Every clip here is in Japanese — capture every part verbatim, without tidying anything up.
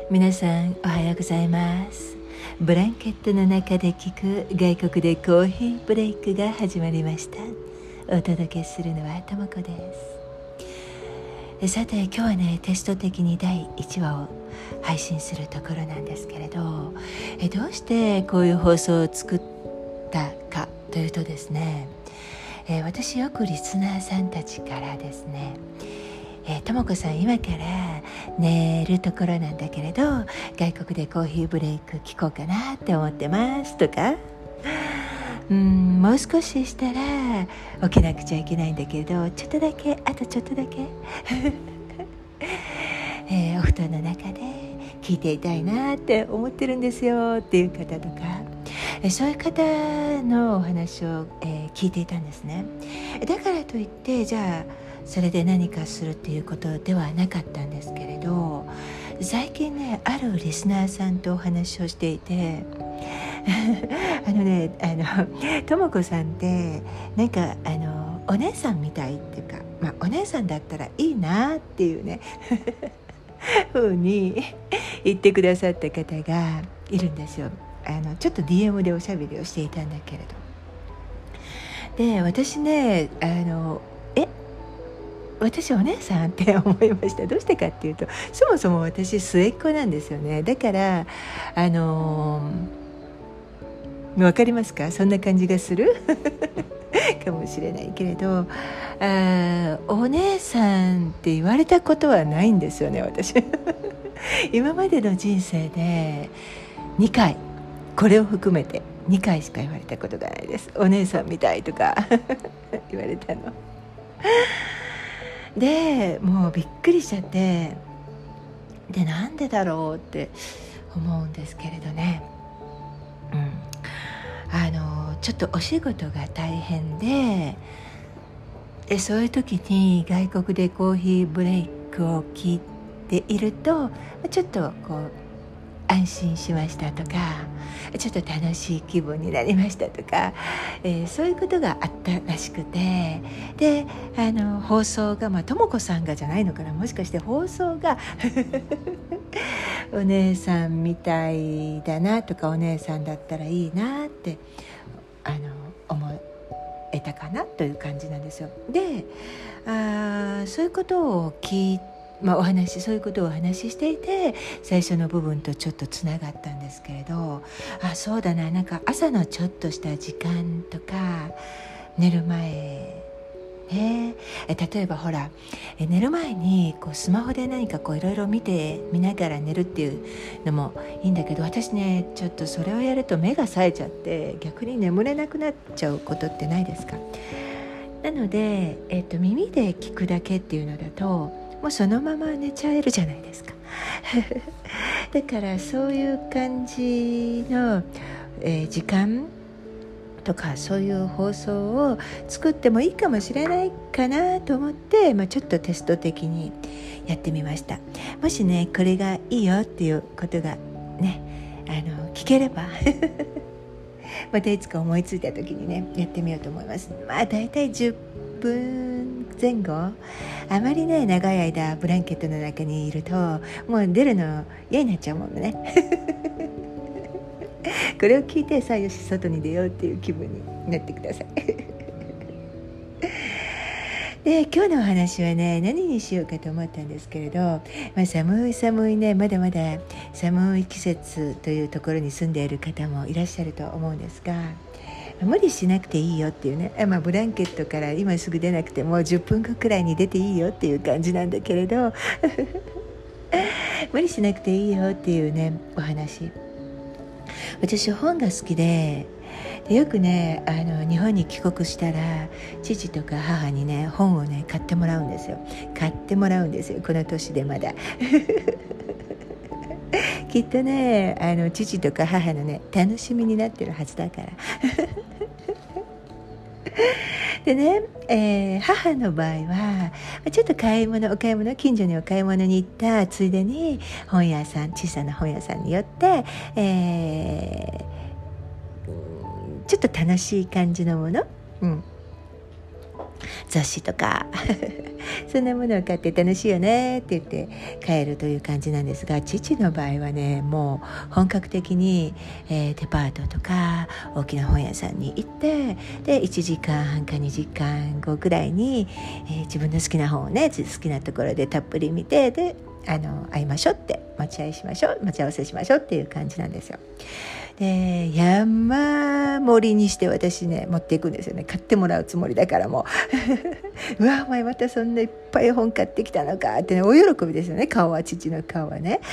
皆さんおはようございます。ブランケットの中で聞く外国でコーヒーブレイクが始まりました。お届けするのはともこです。さて今日はね、テスト的にだいいちわを配信するところなんですけれど、えどうしてこういう放送を作ったかというとですね、え私よくリスナーさんたちからですね、えー、ともこさん今から寝るところなんだけれど外国でコーヒーブレイク聞こうかなって思ってますとか、うーんもう少ししたら起きなくちゃいけないんだけれどちょっとだけあとちょっとだけ、えー、お布団の中で聞いていたいなって思ってるんですよっていう方とか、えー、そういう方のお話を、えー、聞いていたんですね。だからといってじゃあそれで何かするっていうことではなかったんですけれど、最近ねあるリスナーさんとお話をしていてあのねあのともこさんってなんかあのお姉さんみたいっていうか、まあ、お姉さんだったらいいなっていうねふうに言ってくださった方がいるんですよ。あのちょっと ディーエム でおしゃべりをしていたんだけれど、で私ねあのえ私お姉さんって思いました。どうしてかっていうと、そもそも私末っ子なんですよね。だからあのー、分かりますか？そんな感じがするかもしれないけれど、あお姉さんって言われたことはないんですよね、私今までの人生でにかい、これを含めてにかいしか言われたことがないです。お姉さんみたいとか言われたのでもうびっくりしちゃって、でなんでだろうって思うんですけれどね、うん、あのちょっとお仕事が大変で、でそういう時に外国でコーヒーブレイクを聞いているとちょっとこう安心しましたとか、ちょっと楽しい気分になりましたとか、えー、そういうことがあったらしくて、であの放送が、まあ、ともこさんがじゃないのかな、もしかして放送がお姉さんみたいだなとか、お姉さんだったらいいなってあの思えたかなという感じなんですよ。であそういうことを聞いてまあ、お話そういうことをお話ししていて、最初の部分とちょっとつながったんですけれど、あそうだな、なんか朝のちょっとした時間とか寝る前ね、え例えばほらえ寝る前にこうスマホで何かこういろいろ見て見ながら寝るっていうのもいいんだけど、私ねちょっとそれをやると目が冴えちゃって逆に眠れなくなっちゃうことってないですか？なので、えっと、耳で聞くだけっていうのだともうそのまま寝ちゃえるじゃないですかだからそういう感じの、えー、時間とかそういう放送を作ってもいいかもしれないかなと思って、まあ、ちょっとテスト的にやってみました。もしねこれがいいよっていうことがねあの聞ければまたいつか思いついた時にねやってみようと思います。まあだいたいじゅっぷんぜん後、あまりね長い間ブランケットの中にいるともう出るの嫌になっちゃうもんねこれを聞いてさあよし外に出ようっていう気分になってくださいで今日のお話はね何にしようかと思ったんですけれど、まあ、寒い寒いねまだまだ寒い季節というところに住んでいる方もいらっしゃると思うんですが、無理しなくていいよっていうね、まあ、ブランケットから今すぐ出なくてもじゅっぷんごくらいに出ていいよっていう感じなんだけれど無理しなくていいよっていうねお話。私本が好きで、でよくねあの日本に帰国したら父とか母にね本をね買ってもらうんですよ買ってもらうんですよこの年でまだきっとねあの父とか母のね楽しみになってるはずだからでね、えー、母の場合はちょっと買い物お買い物近所にお買い物に行ったついでに本屋さん小さな本屋さんに寄って、えー、ちょっと楽しい感じのもの、うん、 雑誌とかそんなものを買って楽しいよねって言って帰るという感じなんですが、父の場合はねもう本格的に、えー、デパートとか大きな本屋さんに行って、でいちじかんはんかにじかんごくらいに、えー、自分の好きな本をね好きなところでたっぷり見て、であの会いましょうって待ち合いしましょう待ち合わせしましょうっていう感じなんですよ。で山盛りにして私ね持っていくんですよね。買ってもらうつもりだからもううわお前またそんないっぱい本買ってきたのかってね、大喜びですよね。顔は父の顔はね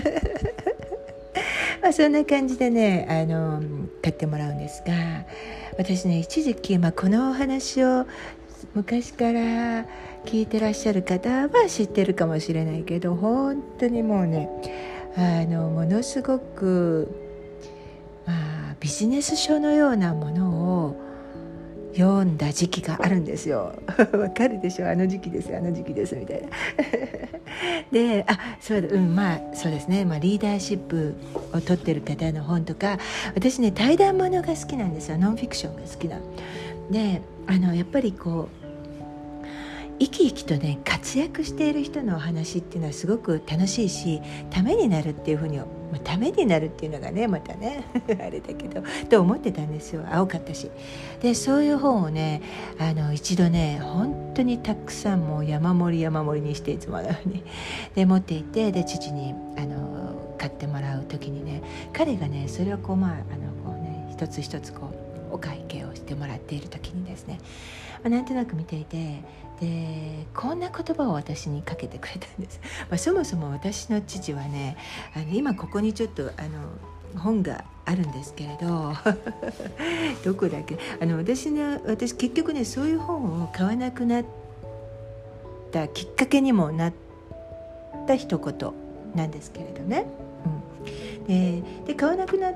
まあそんな感じでねあの買ってもらうんですが、私ね一時期、まあ、このお話を昔から聞いてらっしゃる方は知ってるかもしれないけど、本当にもうねあのものすごく、まあ、ビジネス書のようなものを読んだ時期があるんですよわかるでしょ、あの時期ですあの時期ですみたいなで、あそうだ、うんまあそうですね、まあ、リーダーシップを取ってる方の本とか、私ね対談ものが好きなんですよ。ノンフィクションが好きなで、あのやっぱりこう生き生きとね活躍している人のお話っていうのはすごく楽しいし、ためになるっていうふうに、まあ、ためになるっていうのがねまたねあれだけどと思ってたんですよ。青かったし。でそういう本をねあの一度ね本当にたくさんもう山盛り山盛りにしていつものようにで持っていて、で父にあの買ってもらう時にね彼がねそれをこうまああのこうね一つ一つこうお会計をしてもらっている時にですね、まあ、なんとなく見ていて、でこんな言葉を私にかけてくれたんです、まあ、そもそも私の父はねあの今ここにちょっとあの本があるんですけれどどこだっけ、あの私の私結局ねそういう本を買わなくなったきっかけにもなった一言なんですけれどね、うん、で, で買わなくなって、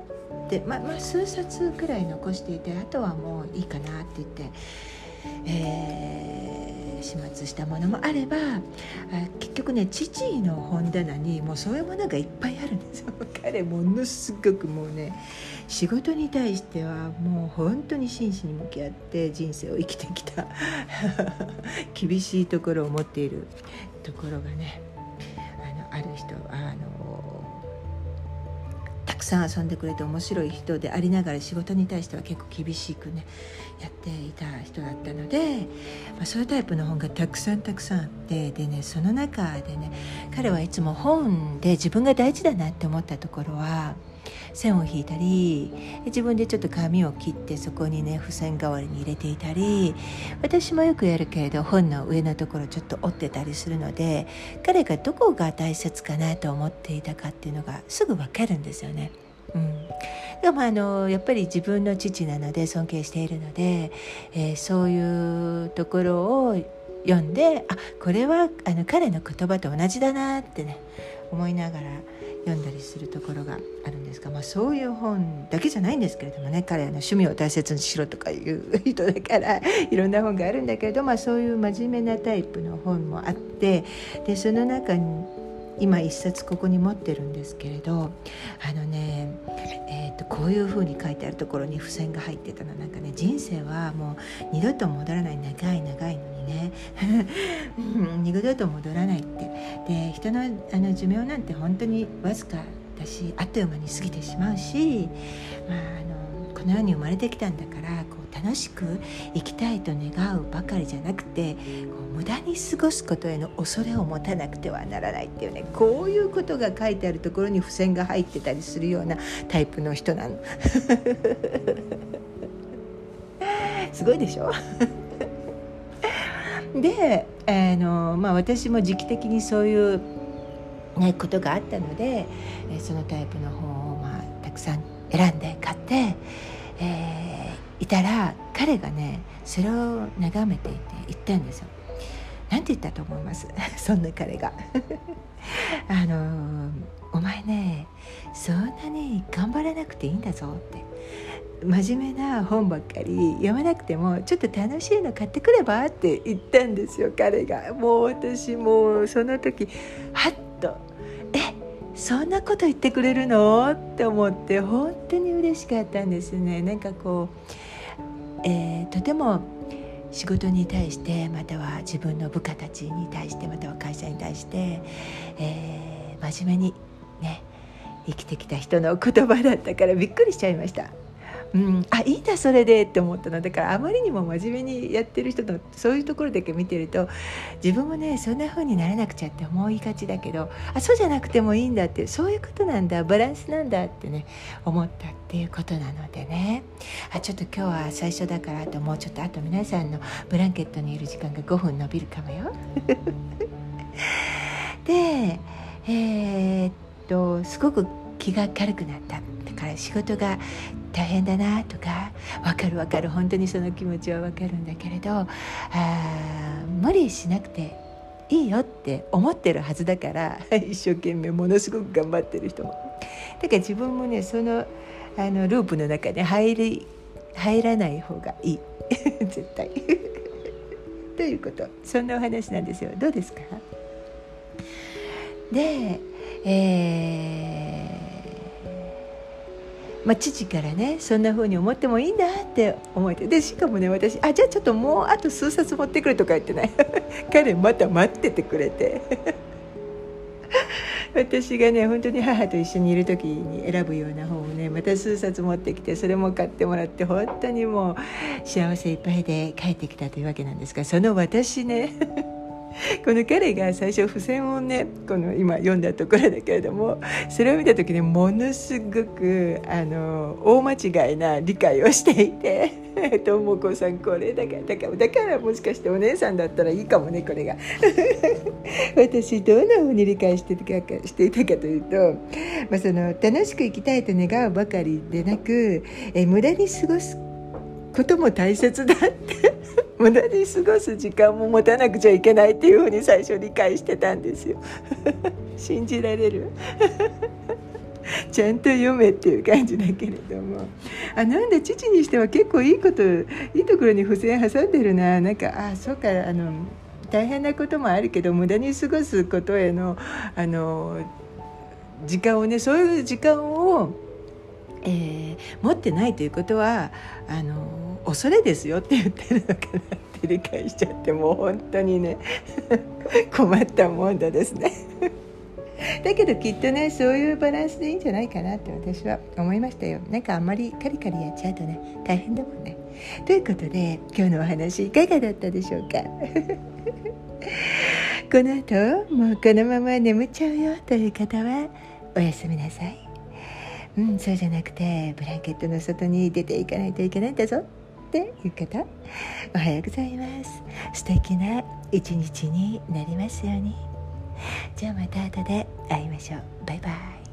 ままあ、数冊くらい残していて、あとはもういいかなって言って、えー、始末したものもあれば、あ結局ね父の本棚にもうそういうものがいっぱいあるんですよ。彼ものすごくもうね仕事に対してはもう本当に真摯に向き合って人生を生きてきた厳しいところを持っているところがねあのある人、あのたくさん遊んでくれて面白い人でありながら仕事に対しては結構厳しくねやっていた人だったので、まあ、そういうタイプの本がたくさんたくさんあって、でねその中でね彼はいつも本で自分が大事だなって思ったところは線を引いたり、自分でちょっと紙を切ってそこにね付箋代わりに入れていたり、私もよくやるけれど本の上のところちょっと折ってたりするので、彼がどこが大切かなと思っていたかっていうのがすぐ分かるんですよね。うん、でもあのやっぱり自分の父なので尊敬しているので、えー、そういうところを読んで、あこれはあの彼の言葉と同じだなってね思いながら読んだりするところがあるんですが、まあ、そういう本だけじゃないんですけれどもね、彼は趣味を大切にしろとかいう人だからいろんな本があるんだけれど、まあ、そういう真面目なタイプの本もあって、でその中に今一冊ここに持ってるんですけれど、あのね、えー、とこういう風に書いてあるところに付箋が入ってたの、なんかね人生はもう二度と戻らない、長い長いのにね二度と戻らないって、で人の、あの寿命なんて本当にわずかだしあっという間に過ぎてしまうし、まあ、あのこの世に生まれてきたんだからこう楽しく生きたいと願うばかりじゃなくて、こう無駄に過ごすことへの恐れを持たなくてはならないっていうね、こういうことが書いてあるところに付箋が入ってたりするようなタイプの人なのすごいでしょで、あの、まあ、私も時期的にそういう、ね、ことがあったので、そのタイプの本を、まあ、たくさん選んで買って、えー、いたら彼がねそれを眺めていて言ったんですよ。なんて言ったと思いますそんな彼があのお前ねそんなに頑張らなくていいんだぞって、真面目な本ばっかり読まなくてもちょっと楽しいの買ってくればって言ったんですよ、彼が。もう私もうその時はっとえそんなこと言ってくれるのって思って本当に嬉しかったんですね。なんかこう、えー、とても仕事に対して、または自分の部下たちに対して、または会社に対して、えー、真面目にね生きてきた人の言葉だったからびっくりしちゃいました。うん、あ、いいんだそれでって思ったの。だからあまりにも真面目にやってる人のそういうところだけ見てると、自分もねそんな風にならなくちゃって思いがちだけど、あ、そうじゃなくてもいいんだって、そういうことなんだ、バランスなんだってね思ったっていうことなのでね、あ、ちょっと今日は最初だからあともうちょっと、あと皆さんのブランケットにいる時間がごふん伸びるかもよで、えー、っとすごく気が軽くなった。だから仕事が大変だなとか、分かる分かる、本当にその気持ちは分かるんだけれど、あ無理しなくていいよって思ってるはずだから一生懸命ものすごく頑張ってる人も。だから自分もねそのあのループの中に入り入らない方がいい絶対ということ、そんなお話なんですよ。どうですか？で、えーまあ、父からねそんな風に思ってもいいんだって思えて、でしかもね私、あ、じゃあちょっともうあと数冊持ってくるとか言ってない彼また待っててくれて私がね本当に母と一緒にいる時に選ぶような本をねまた数冊持ってきて、それも買ってもらって、本当にもう幸せいっぱいで帰ってきたというわけなんですが、その私ねこの彼が最初付箋をねこの今読んだところだけれども、それを見た時にものすごくあの大間違いな理解をしていてともこさんこれだからだからだからもしかしてお姉さんだったらいいかもねこれが私どんな風に理解していたかしていたかというと、まあ、その楽しく生きたいと願うばかりでなく、え無駄に過ごすことも大切だって無駄に過ごす時間も持たなくちゃいけないっていうふうに最初理解してたんですよ信じられるちゃんと読めっていう感じだけれども、あ、なんで父にしては結構いいこといいところに付箋挟んでるな、なんかあそうか、あの大変なこともあるけど無駄に過ごすことへのあの時間をね、そういう時間を、えー、持ってないということはあの恐れですよって言ってるのかなって理解しちゃって、もう本当にね困ったもんだですねだけどきっとねそういうバランスでいいんじゃないかなって私は思いましたよ。なんかあんまりカリカリやっちゃうとね大変だもんね。ということで今日のお話いかがだったでしょうかこの後もうこのまま眠っちゃうよという方はおやすみなさい。うん、そうじゃなくてブランケットの外に出ていかないといけないんだぞっていう方、おはようございます。素敵な一日になりますように。じゃあまた後で会いましょう。バイバイ。